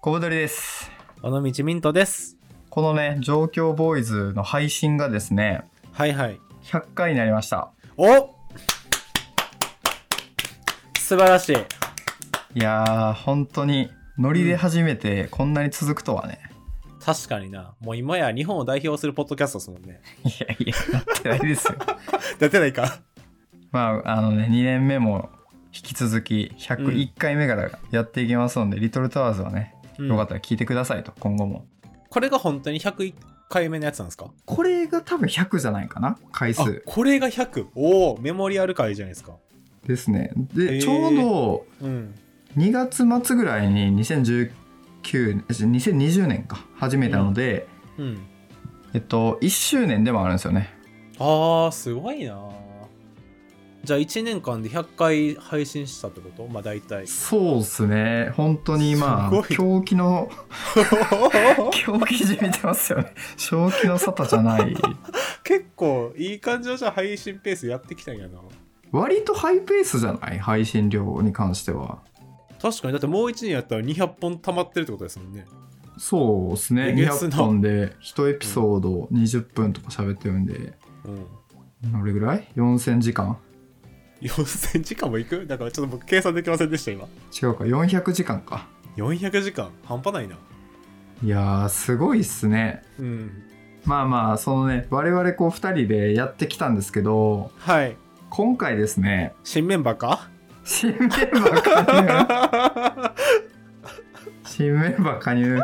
小太りです。 尾道ミントです。 このね、上京ボーイズの配信がですね、 はいはい。 100回になりました。 お、素晴らしい。 いやー、本当にノリで始めてこんなに続くとはね。 確かにな。もう今や日本を代表するポッドキャストですもんね。 いやいや、なってないですよ。 なってないか。 まあ、2年目も引き続き101回目からやっていきますので、リトルタワーズはね、よかったら聞いてくださいと、今後も。 これが本当に101回目のやつなんですか？ これが多分100じゃないかな、回数。 これが100。おお、メモリアル回じゃないですか。 ですね。で、ちょうど2月末ぐらいに2020年か始めたので、1周年でもあるんですよね。 あー、すごいな。じゃあ1年間で100回配信したってこと？まあ大体。 そうっすね。本当にまあ狂気の狂気じみてますよね。正気の沙汰じゃない。 結構いい感じのじゃあ配信ペースやってきたんやな。 割とハイペースじゃない？配信量に関しては。 確かに。だってもう1年やったら200本溜まってるってことですもんね。 そうですね。200本で1エピソード20分とか喋ってるんで、どれぐらい ?4000 時間 4000時間もいく？だからちょっと僕計算できませんでした今。 違うか、400時間か。 400時間半端ないな。 いやー、すごいっすね。まあまあ、そのね、我々こう2人でやってきたんですけど、 はい。 今回ですね、 新メンバーか？ 新メンバー加入新メンバー加入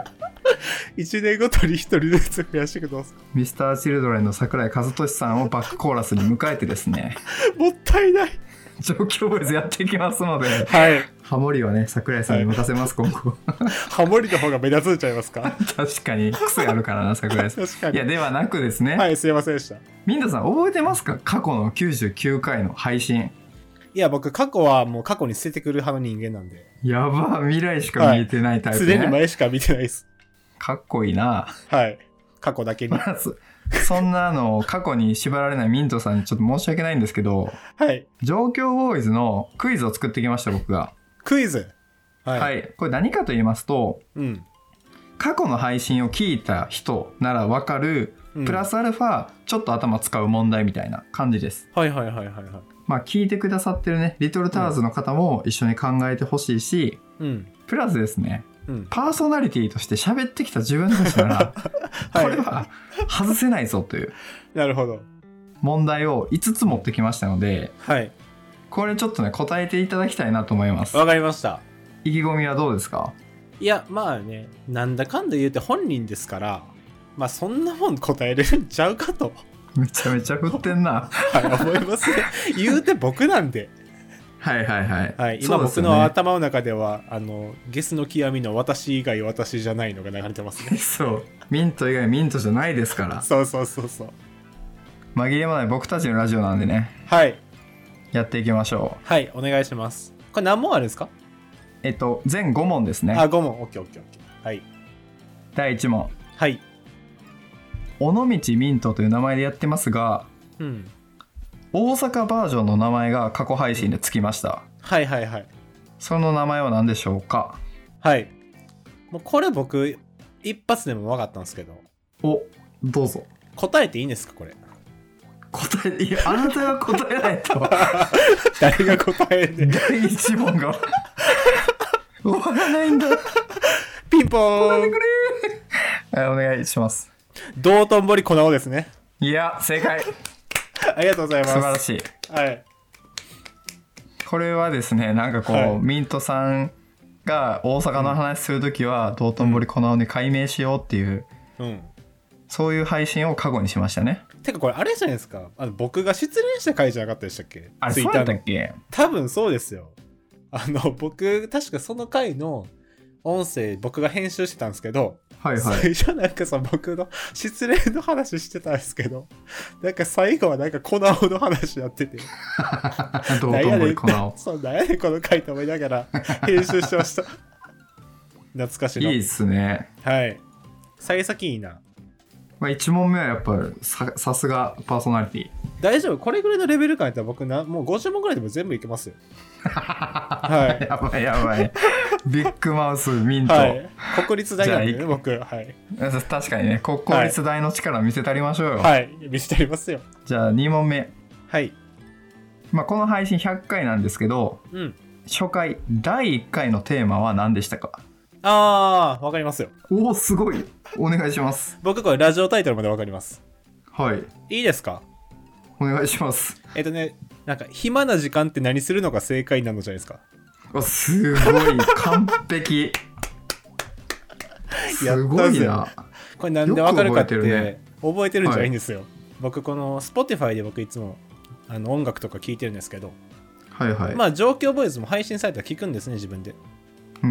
1年ごとに1人ずつ増やしてください。 Mr.Children の桜井和寿さんをバックコーラスに迎えてですねもったいない。 上京ボーイズやっていきますので、 はい。 ハモリはね、桜井さんに任せます、今後。 ハモリの方が目立つんちゃいますか？ 確かに癖あるからな、桜井さん。 確かに。 いや、ではなくですね。 はい、すいませんでした。 ミントさん覚えてますか？過去の99回の配信。 いや、僕過去はもう過去に捨ててくる派の人間なんで。 やば、未来しか見えてないタイプね。 常に前しか見てないです。 かっこいいな。 はい。過去だけに。 そんな過去に縛られないミントさんにちょっと申し訳ないんですけど、 はい。 上京ボーイズのクイズを作ってきました、僕が。 クイズ。 はい。はい、これ何かと言いますと、過去の配信を聞いた人ならわかる、プラスアルファちょっと頭使う問題みたいな感じです。 はいはいはいはいはい。 まあ聞いてくださってるね、リトルタワーズの方も一緒に考えてほしいし、プラスですね、パーソナリティとして喋ってきた自分たちなら、これは外せないぞというなるほど問題を5つ持ってきましたので、はい、これちょっとね答えていただきたいなと思います。 わかりました。 意気込みはどうですか？ いや、まあね、なんだかんだ言うて本人ですから、まあそんなもん答えれるんちゃうかと。 めちゃめちゃ振ってんな。 はい、思いますね。言うて僕なんで。 はいはいはい。 はい、今僕の頭の中では、ゲスの極みの私以外私じゃないのが流れてますね。 そう。ミント以外ミントじゃないですから。 そうそうそうそう。 紛れもない僕たちのラジオなんでね。 はい。 やっていきましょう。はい、お願いします。これ何問あるんですか？ 全5問ですね。 あ、5問。オッケーオッケーオッケー。はい。 第1問。 はい。 尾道ミントという名前でやってますが、大阪バージョンの名前が過去配信でつきました。 はいはいはい。 その名前は何でしょうか？ はい。もうこれ僕一発でも分かったんですけど。 お、どうぞ。 答えていいんですかこれ？ 答え、いや、あなたが答えないと。 誰が答える？ 第1問が終わらないんだ。 ピンポーン。 答えてくれ。お願いします。 道頓堀粉尾ですね。 いや、正解。 ありがとうございます。 素晴らしい。 はい。 これはですね、なんかこう、はい、ミントさんが大阪の話するときは、道頓堀粉尾に改名しようっていう、そういう配信を過去にしましたね。 てかこれあれじゃないですか。僕が失恋した回じゃなかったでしたっけ？ あれ、そうだったっけ？ 多分そうですよ。僕、確かその回の音声、僕が編集してたんですけど、はいはい、最初なんかさ、僕の失恋の話してたんですけど、なんか最後はなんか粉尾の話やってて道頓堀粉尾。 そう、なんやねんこの回と思いながら編集してました。懐かしいの。 いいっすね。 はい。幸先いいな。 まあ、1問目はやっぱさすがパーソナリティ。 大丈夫。これぐらいのレベル感やったら僕もう50問ぐらいでも全部いけますよ。はい。 やばいやばい。 ビッグマウスミント、 はい、国立大なんでね僕。はい、 確かにね、国立大の力見せたりましょうよ。 はい、見せたりますよ。 じゃあ2問目。 はい。 まあ、この配信100回なんですけど、 うん、 初回第1回のテーマは何でしたか？ わかりますよ。 おお、すごい。お願いします。 僕これラジオタイトルまでわかります。 はい。 いいですか？ お願いします。 なんか暇な時間って何するのが正解なのじゃないですか。 すごい完璧。すごいな。 これなんでわかるかって覚えてるんじゃないんですよ。はい、僕この Spotify で僕いつも音楽とか聴いてるんですけど、 はいはい。 まあ状況ボイスも配信されたら聞くんですね、自分で。 うん。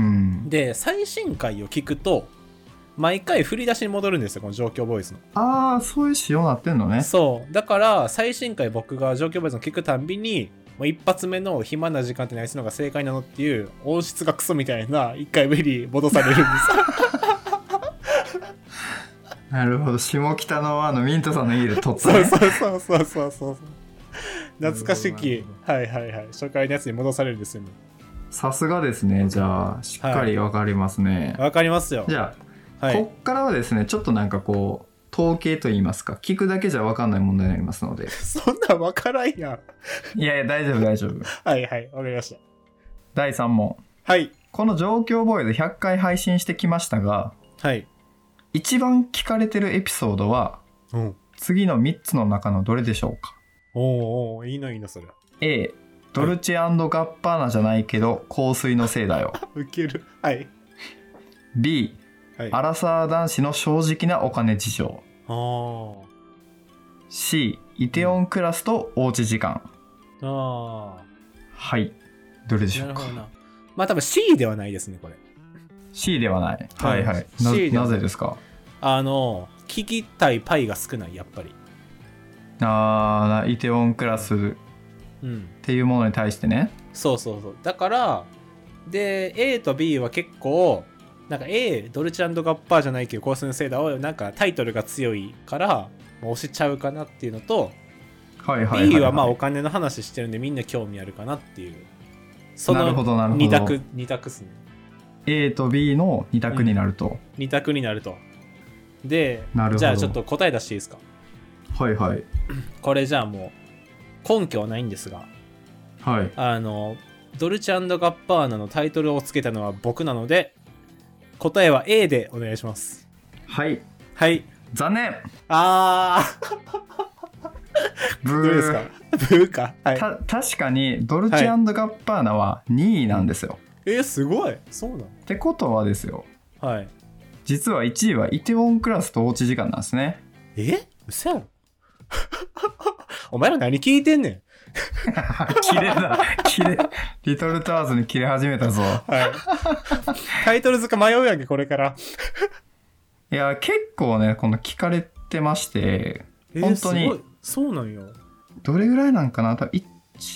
で最新回を聞くと毎回振り出しに戻るんですよ、この状況ボイスの。 ああ、そういう仕様になってんのね。 そうだから最新回僕が状況ボイスを聞くたんびにもう一発目の暇な時間って何するのが正解なのっていう音質がクソみたいな一回目に戻されるんですなるほど、下北のミントさんの家で撮ったね。そう懐かしき、はい初回のやつに戻されるんですよね。 さすがですね。じゃあしっかりわかりますね。 わかりますよ。 じゃあ、はい、こっからはですね、ちょっとなんかこう統計といいますか、聞くだけじゃ分かんない問題になりますので。 そんなん分からんやん。 いや大丈夫はい分かりました。 第3問。 はい。 この状況ボイス100回配信してきましたが、 はい、 一番聞かれてるエピソードは、次の3つの中のどれでしょうか？ おいいのそれ。 A ドルチェ&ガッパーナじゃないけど香水のせいだよ。 ウケる。はい。 B、アラサー男子の正直なお金事情。C、イテオンクラスとおうち時間。はい、どれでしょうか？ なるほどな。まあ多分 C ではないですね、これ。 C ではない。はい。なぜですか？ 聞きたいパイが少ない、やっぱり。 イテオンクラスっていうものに対してね。 そうだからで A と B は結構なんか A ドルチェ&ガッパーじゃないけど香水のせいだをなんかタイトルが強いから押しちゃうかなっていうのと、B はまあお金の話してるんでみんな興味あるかなっていう、その2択っすね。 A と B の2択になると、 2択になると。でじゃあちょっと答え出していいですか？ はいこれじゃあもう根拠はないんですが、 はい、 ドルチェ&ガッパーナのタイトルをつけたのは僕なので答えは A でお願いします。 はい、残念。 ブーですか？ブーか、はい、 確かにドルチェ&ガッパーナは2位なんですよ。 すごい。そうなの？ ってことはですよ、 はい、 実は1位はイテウォンクラスとおうち時間なんですね。 嘘やろお前ら何聞いてんねんキレリトルタワーズにキレ始めたぞ。 タイトル付け迷うやんけこれからいや結構ねこの聞かれてまして、本当に。 そうなんよ。 どれぐらいなんかな、多分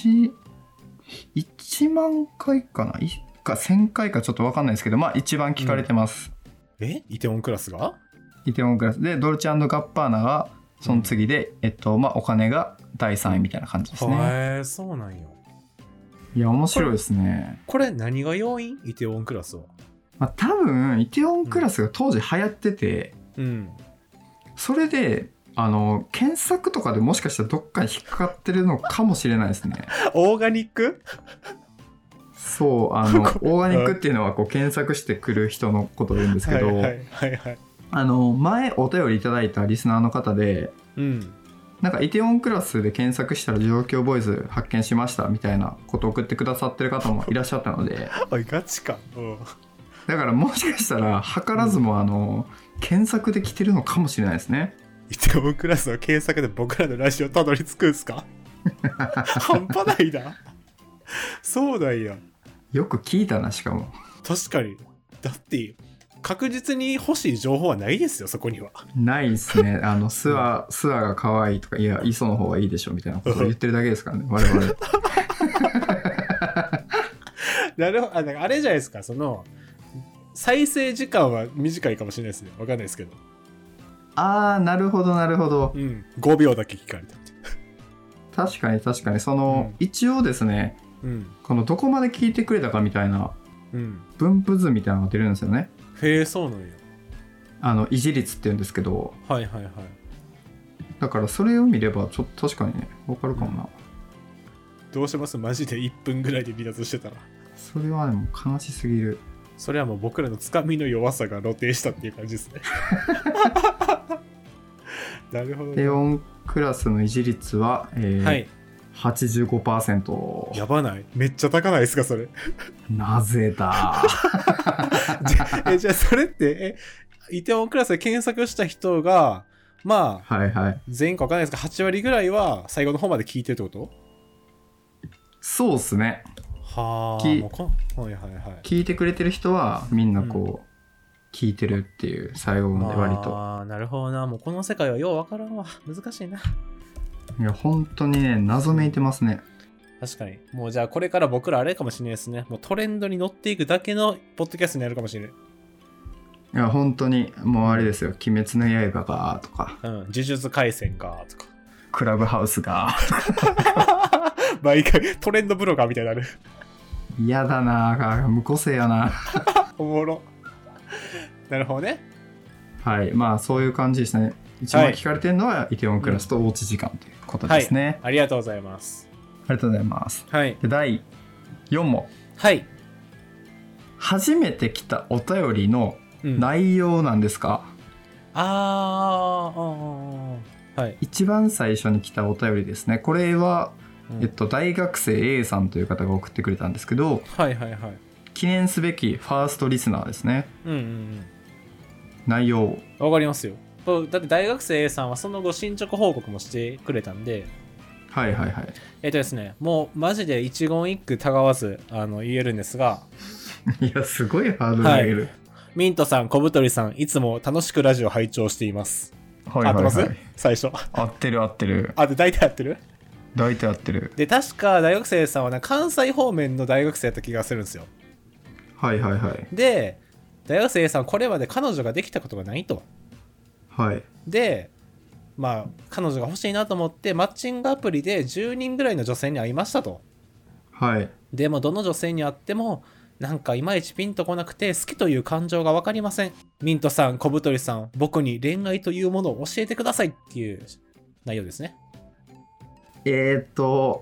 1万回かな、1000回かちょっと分かんないですけど、まあ一番聞かれてます。 イテウォンクラスが？ イテウォンクラスでドルチェ&ガッパーナがその次で、まあお金が第3位みたいな感じですね。 そうなんよ。 いや面白いですね。 これ何が要因？イテウォンクラスは、 まあ、多分イテウォンクラスが当時流行ってて、それで検索とかでもしかしたらどっかに引っかかってるのかもしれないですね。 オーガニック？ そう、オーガニックっていうのはこう検索してくる人のことを言うんですけど、前お便りいただいたリスナーの方で、なんかイテウォンクラスで検索したら状況ボイス発見しましたみたいなことを送ってくださってる方もいらっしゃったのでガチか。 だからもしかしたら図らずも検索で来てるのかもしれないですね。 イテウォンクラスの検索で僕らのラジオたどり着くんすか？半端ないな。そうだよ。 よく聞いたな。しかも確かに。だって確実に欲しい情報はないですよ、そこには。 ないですね。スワが可愛いとか、いや磯の方がいいでしょみたいなことを言ってるだけですからね我々。 なるほど。あれじゃないですか、その再生時間は短いかもしれないですね。わかんないですけど。 なるほどなるほど。 5秒だけ聞かれた。 確かにその、一応ですね、このどこまで聞いてくれたかみたいな分布図みたいなのが出るんですよね。 へえ、そうなんや。 維持率って言うんですけど。 はいはいはい。 だからそれを見ればちょっと確かにね分かるかもな。 どうします？マジで1分ぐらいで離脱してたら。 それはねもう悲しすぎる。 それはもう僕らのつかみの弱さが露呈したっていう感じですね。なるほど、ね。 レオンクラスの維持率は、はい、85%。 やばない？めっちゃ高ないですかそれ。 なぜだ。 じゃあそれってイテウォンクラスで検索した人がまあ、はいはい、全員か分かんないですが8割ぐらいは最後の方まで聞いてるってこと？そうっすね。 はあ、はいはいはい。 聞いてくれてる人はみんなこう、聞いてるっていう最後まで割と。 ああ、なるほどな。もうこの世界はよう分からんわ。難しいな。 いや本当にね謎めいてますね。 確かに。もうじゃあこれから僕らあれかもしれないですね。もうトレンドに乗っていくだけのポッドキャストになるかもしれない。 いや本当にもうあれですよ。鬼滅の刃がとか、 呪術廻戦がとか、 クラブハウスが毎回トレンドブロガーみたいになる。 嫌だな、無個性やな。 おもろ。なるほどね。 はい、まあそういう感じですね。一番聞かれてるのはイテウォンクラスとおうち時間ということですね、はい、 ありがとうございます。 ありがとうございます。 はい。 で第4問。 はい。 初めて来たお便りの内容なんですか？ はい。 一番最初に来たお便りですね。これは、大学生 A さんという方が送ってくれたんですけど、 はいはいはい。 記念すべきファーストリスナーですね。内容わかりますよ。だって大学生 A さんはその後進捗報告もしてくれたんで、 はいはいはい。 ですね、もうマジで一言一句たがわず言えるんですが、 いやすごいハードル上げる、はい、 ミントさん、小太りさん、いつも楽しくラジオ拝聴しています。 はいはいはい、 合ってます？最初合ってる合ってる。 で大体合ってる？ 大体合ってる。 で確か大学生さんは関西方面の大学生だった気がするんですよ。 はいはいはい。 で大学生さんこれまで彼女ができたことがないと。 はい。 でまあ彼女が欲しいなと思ってマッチングアプリで10人ぐらいの女性に会いましたと。 はい。 でもどの女性に会ってもなんかいまいちピンとこなくて好きという感情が分かりません。ミントさん、小太りさん、僕に恋愛というものを教えてくださいっていう内容ですね。 違う？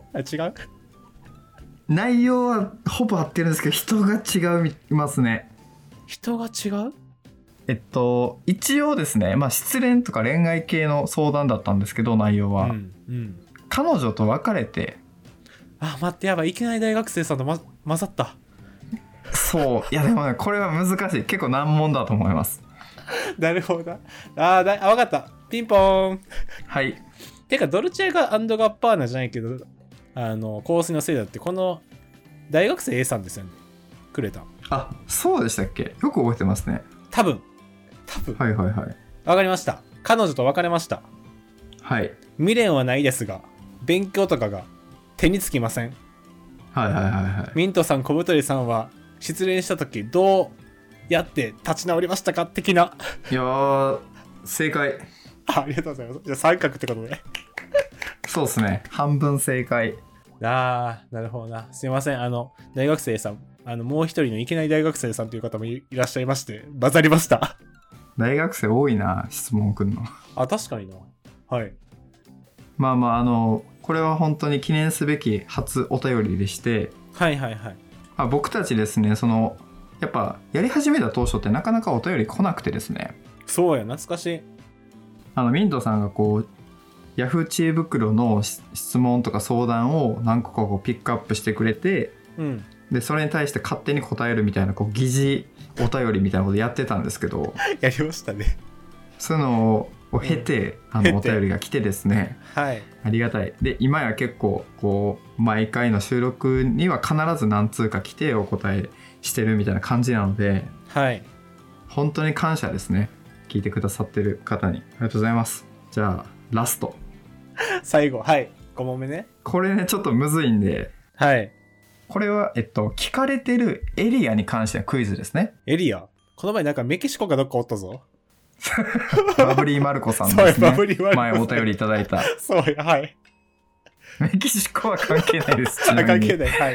内容はほぼ合ってるんですけど人が違いますね。 人が違う？ 一応ですね、まあ失恋とか恋愛系の相談だったんですけど内容は、彼女と別れて、 待ってやばい、いきなり大学生さんと、混ざった。 そう、いやでもねこれは難しい、結構難問だと思います。 なるほど。分かった。ピンポーン。 はい。 てかドルチェガ&ガッパーナじゃないけど香水のせいだってこの大学生 A さんですよね、くれた。 そうでしたっけ？よく覚えてますね。 多分はいはいはい。 わかりました。彼女と別れました。 はい。 未練はないですが勉強とかが手につきません。 はいはいはいはい。 ミントさん、小太りさんは失恋した時どうやって立ち直りましたか的な。 いやー正解。 ありがとうございます。じゃあ三角ってことで。 そうですね、半分正解。 なるほどな。すいません、大学生さん、もう一人のいけない大学生さんという方も いらっしゃいまして混ざりました。 大学生多いな、質問くんの。 確かにな。はい。 まあまあこれは本当に記念すべき初お便りでして、 はいはいはい。 僕たちですね、やっぱやり始めた当初ってなかなかお便り来なくてですね。 そうや、懐かしい。 ミントさんがこうヤフー知恵袋の質問とか相談を何個かこうピックアップしてくれて、でそれに対して勝手に答えるみたいなこう疑似お便りみたいなことやってたんですけどやりましたね。 そういうのを経て、お便りが来てですね、 はい、 ありがたい。で今や結構こう毎回の収録には必ず何通か来てお答えしてるみたいな感じなので、 はい、 本当に感謝ですね。聞いてくださってる方にありがとうございます。じゃあラスト最後、はい、5問目ね。 これねちょっとむずいんで、 はい、 これは聞かれてるエリアに関してはクイズですね。 エリア？この前なんかメキシコかどっかおったぞ。 バブリーマルコさんですね。前お便りいただいた。 そうや、はい。 メキシコは関係ないです。 関係ない。はい。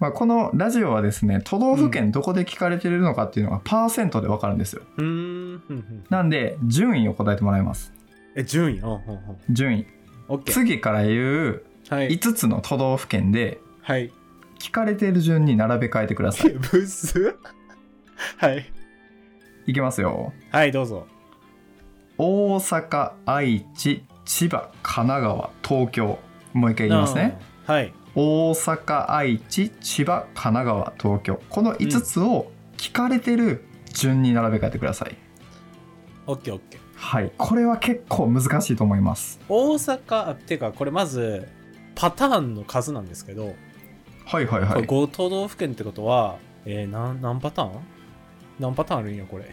まあ、このラジオはですね、都道府県どこで聞かれてるのかっていうのがパーセントで分かるんですよ。なんで順位を答えてもらいます。 順位順位。次から言う5つの都道府県で聞かれている順に並べ替えてください。 ブスはい。 いきますよ。 はい、どうぞ。 大阪、愛知、千葉、神奈川、東京。もう一回言いますね。 はい。 大阪、愛知、千葉、神奈川、東京。この5つを聞かれてる順に並べ替えてください。 OK。 はい。これは結構難しいと思います。 大阪、ってかこれまずパターンの数なんですけど。 はい。これ 5都道府県ってことは、何パターン？何パターンあるんやこれ。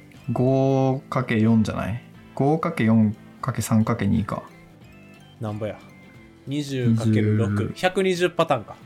5×4 じゃない？ 5×4×3×2 か。 なんぼや。20×6、120パターンか。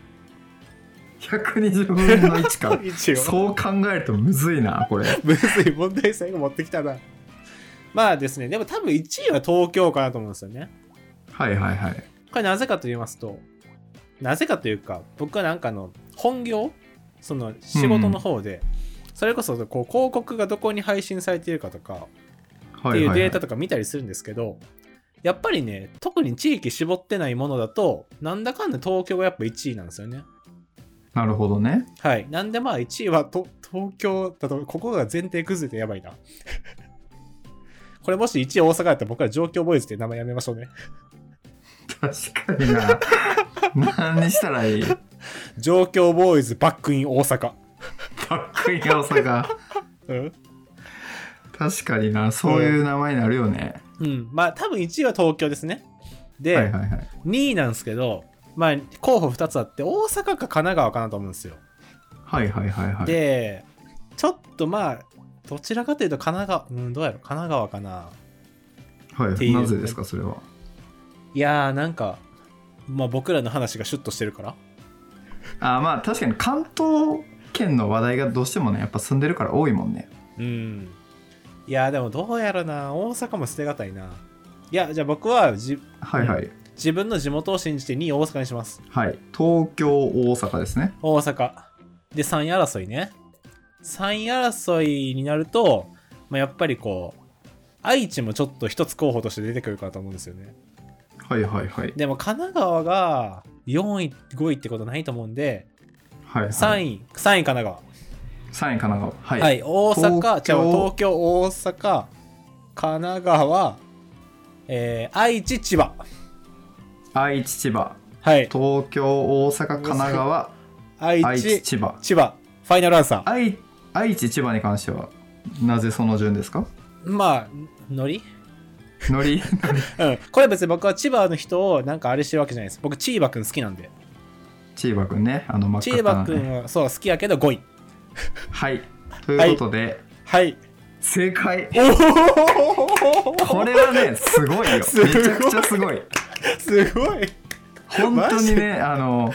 120分の1か。そう考えるとむずいな、これ。 むずい、問題最後持ってきたな。まあですね、でも多分1位は東京かなと思うんですよね。 はい。 これなぜかと言いますと、なぜかというか、僕はなんか本業、その仕事の方で、それこそこう広告がどこに配信されているかとか、っていうデータとか見たりするんですけど、やっぱりね、特に地域絞ってないものだと、なんだかんだ東京がやっぱ1位なんですよね。 なるほどね。 はい。なんでまあ1位は東京だと、ここが前提崩れてやばいな。これもし1位大阪だったら僕ら上京ボーイズって名前やめましょうね。 確かにな。何にしたらいい？ 上京ボーイズバックイン大阪。 バックイン大阪。 うん。 確かにな、そういう名前になるよね。 まあ多分1位は東京ですね。で、2位なんですけど、まあ候補2つあって大阪か神奈川かなと思うんですよ。 はい。 で、ちょっとまあどちらかというと神奈川、どうやろ、神奈川かな。 はい。なぜですかそれは。 いやーなんかまあ僕らの話がシュッとしてるから。 まあ確かに関東圏の話題がどうしてもね、やっぱ住んでるから多いもんね。 いやでもどうやろな、大阪も捨てがたいな。いやじゃあ僕は自分の地元を信じて2位大阪にします。 はい。東京大阪ですね。 大阪で3位争いね。3位争いになると、まあ、やっぱりこう愛知もちょっと一つ候補として出てくるかと思うんですよね。 はい。 でも神奈川が4位5位ってことないと思うんで、3位神奈川。 3位神奈川。 はい。大阪、東京、大阪、神奈川、愛知、千葉。 愛知、千葉。 はい。 東京、大阪、神奈川、愛知、千葉。 ファイナルアンサー。 愛知、千葉に関しては、なぜその順ですか？ まあ、ノリうん。 これ別に僕は千葉の人をなんかあれしてるわけじゃないです。僕、チーバくん好きなんで。 チーバくんね。 チーバくんはそう好きやけど5位。 はい。ということで、 はい。 正解。これはね、すごいよ。めちゃくちゃすごい。 すごい。 本当にね、 はい。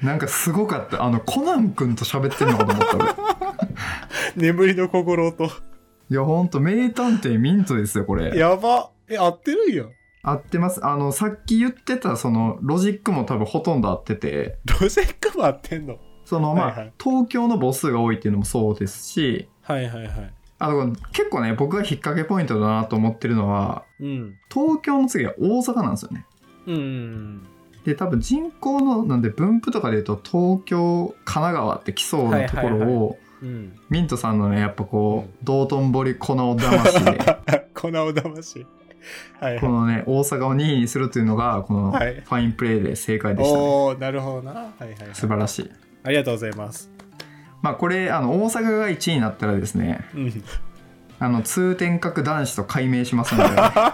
なんかすごかった。コナン君と喋ってんのかと思った俺。 眠りの小五郎と。 いや、ほんと、名探偵ミントですよ、これ。 やば。合ってるんや。 合ってます。さっき言ってた、その、ロジックも多分ほとんど合ってて。 ロジックも合ってんの？ 東京の母数が多いっていうのもそうですし、結構ね、僕が引っ掛けポイントだなと思ってるのは、東京の次は大阪なんですよね。で、多分人口の、なんで分布とかで言うと、東京、神奈川って来そうなところを、ミントさんのね、やっぱこう、道頓堀粉を騙しで、 粉を騙し。 このね、大阪を2位にするというのが、このファインプレーで正解でしたね。 なるほどな。 素晴らしい。 ありがとうございます。 まあこれ大阪が1位になったらですね、通天閣男子と改名しますので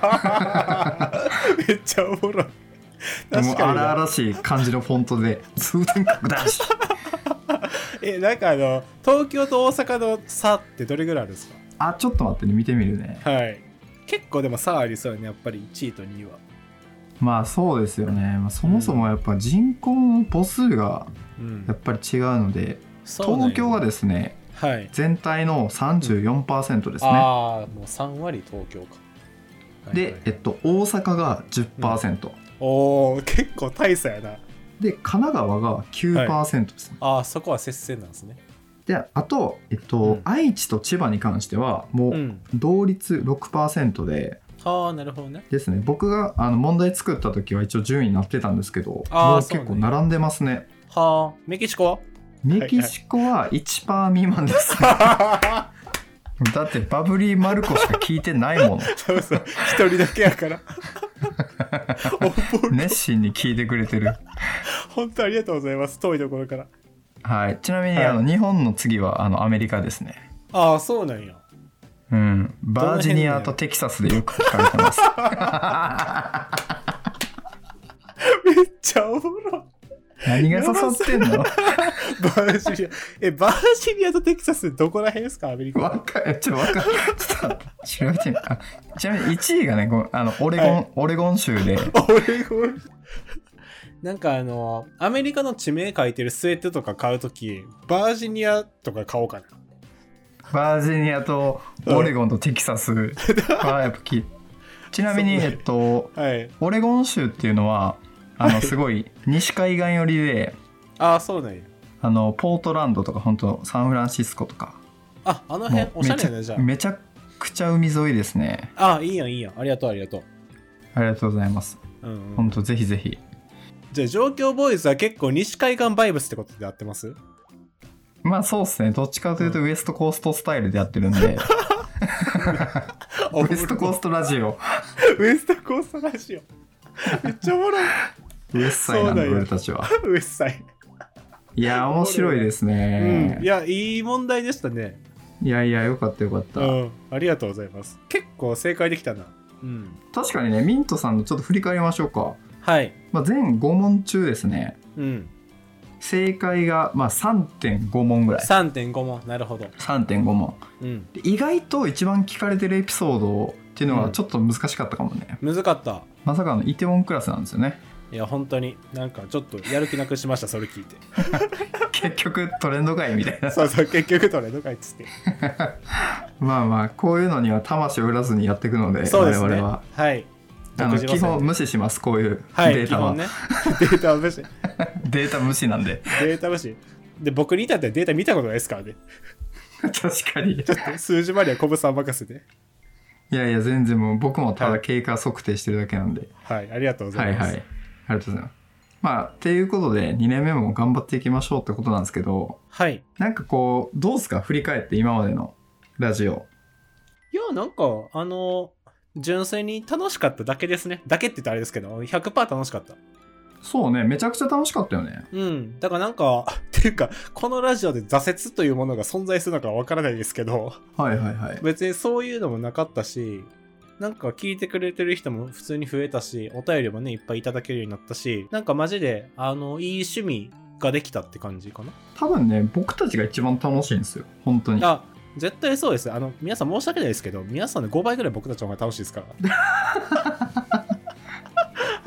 めっちゃおもろい。 もう荒々しい感じのフォントで通天閣男子なんか東京と大阪の差ってどれぐらいあるんですか？ ちょっと待ってね、見てみるね。 結構でも差ありそうよね、やっぱり1位と2位は。 まあそうですよね、そもそもやっぱ人口の母数がやっぱり違うので、東京がですね、全体の 34% ですね。 もう3割東京か。 で、大阪が 10%。 結構大差やな。 で神奈川が 9% ですね、 ああそこは接戦なんですね。 であと、愛知と千葉に関してはもう同率 6% で、 はあなるほどね。 ですね。僕が問題作った時は一応順位になってたんですけど、もう結構並んでますね。 はあ。メキシコは 1% 未満です、ね。だってバブリーマルコしか聞いてないもん。 そうそう。一人だけやから。 熱心に聞いてくれてる。 本当ありがとうございます。遠いところから。 はい。ちなみに、日本の次はアメリカですね。 ああそうなんや。 うん。バージニアとテキサスでよく聞かれてます。 めっちゃおもろい。 何が刺さってんの？ バージニアとテキサスどこら辺ですかアメリカ？ ちょっと調べてみる。ちなみに1位がね、オレゴン州で。 なんかアメリカの地名書いてるスウェットとか買うとき、バージニアとか買おうかな。 バージニアとオレゴンとテキサスはやっぱちなみにはい、オレゴン州っていうのはすごい西海岸寄りで、 あそうなんや。 ポートランドとか本当サンフランシスコとか、 あの辺おしゃれなじゃん。 めちゃくちゃ海沿いですね。 いいやんありがとうありがとうございます。本当ぜひぜひ。 じゃあ上京ボーイズは結構西海岸バイブスってことで合ってます？ まあそうですね。どっちかというとウエストコーストスタイルでやってるんで。ウエストコーストラジオ。 ウエストコーストラジオ。めっちゃおもろい。 ウエスサイなんで俺たちは。 ウエスサイ。 いや面白いですね。 いやいい問題でしたね。 いやよかったよかった。 ありがとうございます。結構正解できたな。 確かにね、ミントさんのちょっと振り返りましょうか。 はい。 全5問中ですね。正解が3.5 問ぐらい。 3.5 問。なるほど。 3.5 問。意外と一番聞かれてるエピソードっていうのはちょっと難しかったかもね。 難かった。 まさかのイテウォンクラスなんですよね。 いや本当になんかちょっとやる気なくしましたそれ聞いて。 結局トレンドかいみたいな。 そう結局トレンドかいっつって。 まあこういうのには魂を売らずにやっていくので、 そうですね、 我々は。 はい。 基本無視します。こういうデータは。 基本ね。データは無視。 データ無視なんで。 データ無視。で僕に至ってはデータ見たことないですからね。 確かに。 ちょっと数字まではコブさん任せで。 いや全然もう僕もただ経過測定してるだけなんで。 はいありがとうございます。 はいありがとうございます。っていうことで2年目も頑張っていきましょうってことなんですけど、 はい。 なんかこうどうですか振り返って今までのラジオ。 いやなんか純粋に楽しかっただけですね。だけって言ったらあれですけど 100% 楽しかった。 そうね、めちゃくちゃ楽しかったよね。 だからなんかっていうかこのラジオで挫折というものが存在するのかわからないですけど、 はい別にそういうのもなかったし、なんか聞いてくれてる人も普通に増えたし、お便りもねいっぱいいただけるようになったし、なんかマジでいい趣味ができたって感じかな。 多分ね僕たちが一番楽しいんですよ本当に。 絶対そうです。皆さん申し訳ないですけど、皆さんの5倍ぐらい僕たちの方が楽しいですから。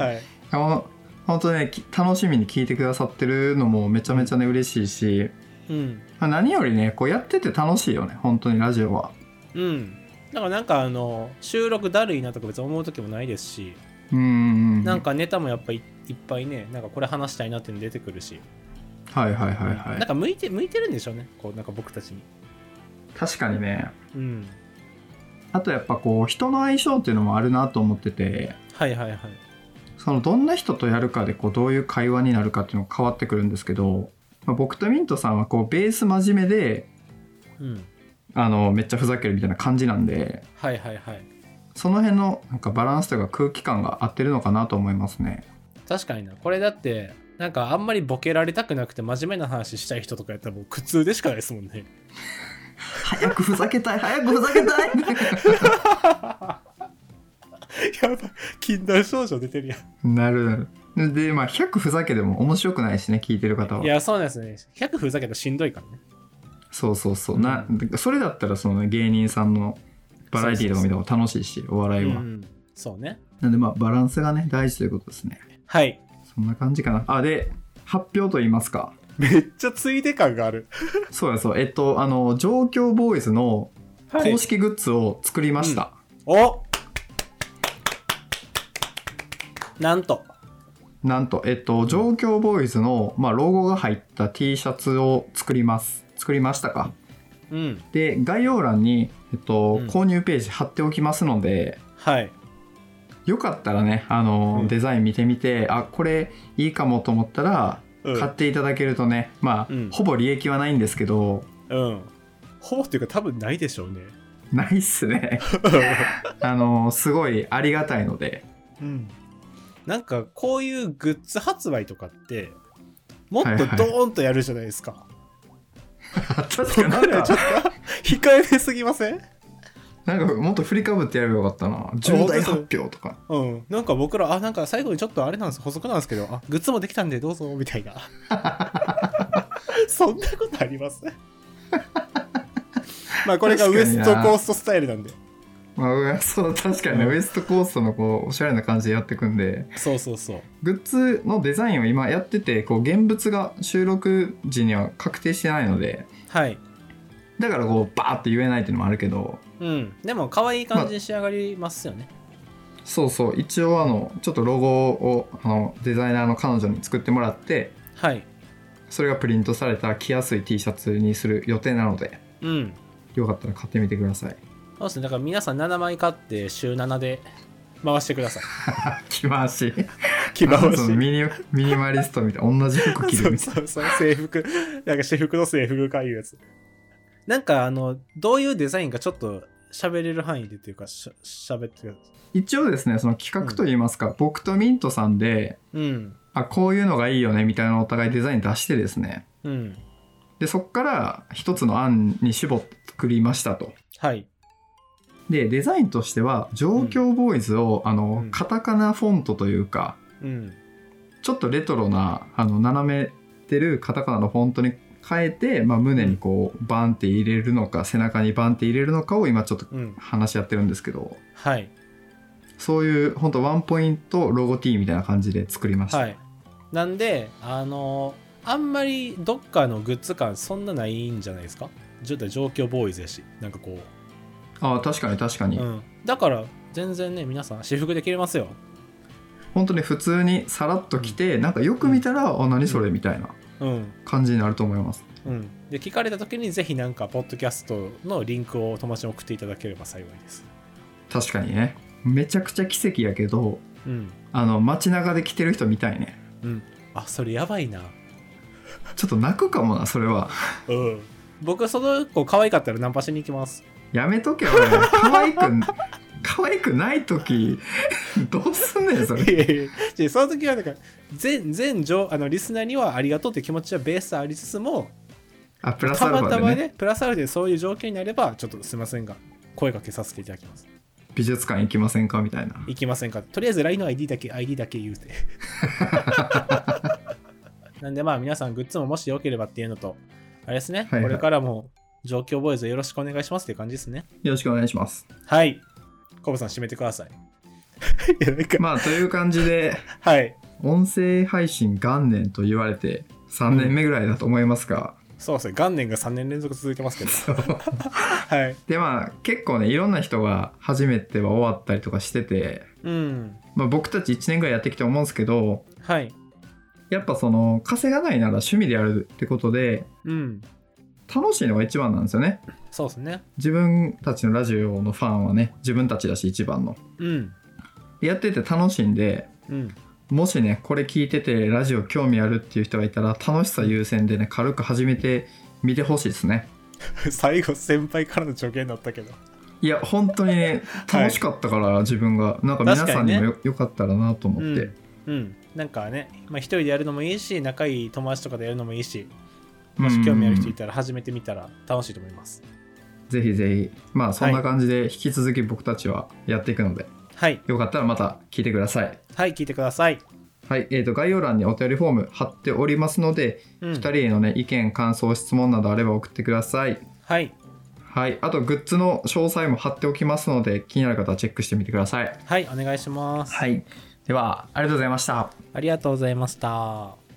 はい。 本当ね楽しみに聞いてくださってるのもめちゃめちゃね嬉しいし、何よりねこうやってて楽しいよね本当にラジオは。 だからなんか収録だるいなとか別に思う時もないですし、なんかネタもやっぱいっぱいね、なんかこれ話したいなっていうの出てくるし、 なんか向いてるんでしょうね、こうなんか僕たちに。 確かにね。あとやっぱこう人の相性っていうのもあるなと思ってて、そのどんな人とやるかでこうどういう会話になるかっていうのが変わってくるんですけど、僕とミントさんはこうベース真面目で、めっちゃふざけるみたいな感じなんで、その辺のなんかバランスというか空気感が合ってるのかなと思いますね。 確かにな。これだってなんかあんまりボケられたくなくて真面目な話したい人とかやったらもう苦痛でしかないですもんね。 早くふざけたいやばい禁断症状出てるやん。なるで100ふざけでも面白くないしね聞いてる方は。 いやそうなんですね。100ふざけたらしんどいからね。 そう、それだったらその、ね、芸人さんのバラエティーとか見た方が楽しいし、お笑いは、 そうね。 なんでバランスがね大事ということですね。 はい、 そんな感じかな。で発表と言いますか、 めっちゃついで感がある。 そう上京ボーイズの公式グッズを作りました。 おなんとなんと、上京ボーイズの、ロゴが入った T シャツを作りましたか。 うん。 で、概要欄に、購入ページ貼っておきますので、 はい。 よかったらね、デザイン見てみて、これいいかもと思ったら、買っていただけるとね、ほぼ利益はないんですけど、 ほぼっていうか多分ないでしょうね。 ないっすね。すごいありがたいので。 なんかこういうグッズ発売とかってもっとドーンとやるじゃないですか。 確かになんかちょっと控えめすぎません？ なんかもっと振りかぶってやればよかったな。重大発表とか。 なんか僕らなんか最後にちょっとあれなんです、補足なんですけど、グッズもできたんでどうぞみたいな。そんなことあります？これがウエストコーストスタイルなんで。 そう確かにね、ウエストコーストのおしゃれな感じでやっていくんで、 そうグッズのデザインを今やってて、現物が収録時には確定してないので、 はい、 だからバーって言えないっていうのもあるけど、 でも可愛い感じに仕上がりますよね。 そう一応ちょっとロゴをデザイナーの彼女に作ってもらって、 はい、 それがプリントされた着やすい T シャツにする予定なので、よかったら買ってみてください。 そうですね。だから皆さん7枚買って週7で回してください。 着回しミニマリストみたいな、同じ服着るみたいな。 そう制服、なんか私服の制服かいうやつ。なんかどういうデザインかちょっと喋れる範囲でというか喋ってください。 一応ですね、その企画といいますか、僕とミントさんで、こういうのがいいよねみたいなのをお互いデザイン出してですね、でそっから一つの案に絞って作りましたと。 はい。 でデザインとしては上京ボーイズを、カタカナフォントというか、ちょっとレトロな斜めてるカタカナのフォントに変えて、胸にバンって入れるのか背中にバンって入れるのかを今ちょっと話し合ってるんですけど、 はい、 そういう本当ワンポイントロゴ T みたいな感じで作りました。 はい、なんであんまりどっかのグッズ感そんなないんじゃないですか。上京ボーイズやし、なんか確かに、 だから全然ね、皆さん私服で着れますよ。 本当に普通にさらっと着て、なんかよく見たら、何それみたいな感じになると思います。 で聞かれた時にぜひなんかポッドキャストのリンクを友達に送っていただければ幸いです。 確かにね、めちゃくちゃ奇跡やけど、街中で着てる人見たいね。 それやばいな。 ちょっと泣くかもな、それは。 僕その子可愛かったらナンパしに行きます。 やめとけよ。可愛くない時どうすんねんそれ。 その時はなんかリスナーにはありがとうって気持ちはベースありつつも、 プラスアルファでね、 たまたまねプラスアルファでそういう状況になればちょっとすいませんが声かけさせていただきます。 美術館行きませんかみたいな。 行きませんか、とりあえず LINE の ID だけ言うてなんで皆さんグッズももしよければっていうのと、あれですね、これからも上京ボーイズよろしくお願いしますっていう感じですね。 よろしくお願いします。 はい、コブさん締めてください。 という感じで、 はい、 音声配信元年と言われて3年目ぐらいだと思いますが、 そうですね、元年が3年連続続いてますけどはい、 で結構ね、いろんな人が初めては終わったりとかしてて、僕たち1年ぐらいやってきて思うんですけど、やっぱ稼がないなら趣味でやるってことで、楽しいのが一番なんですよね。 そうですね。 自分たちのラジオのファンはね、自分たちだし一番の、やってて楽しいんで、もしねこれ聞いててラジオ興味あるっていう人がいたら、楽しさ優先でね軽く始めてみてほしいですね。 最後先輩からの助言だったけど、 いや本当にね楽しかったから、自分がなんか皆さんにも よかったらなと思って、 なんかね、一人でやるのもいいし、仲いい友達とかでやるのもいいし、もし興味ある人いたら始めてみたら楽しいと思います。 ぜひぜひ、そんな感じで引き続き僕たちはやっていくので、よかったらまた聞いてください。 聞いてください。 概要欄にお便りフォーム貼っておりますので、2人へのね意見感想質問などあれば送ってください。あとグッズの詳細も貼っておきますので、気になる方はチェックしてみてください。 お願いします。 ではありがとうございました。 ありがとうございました。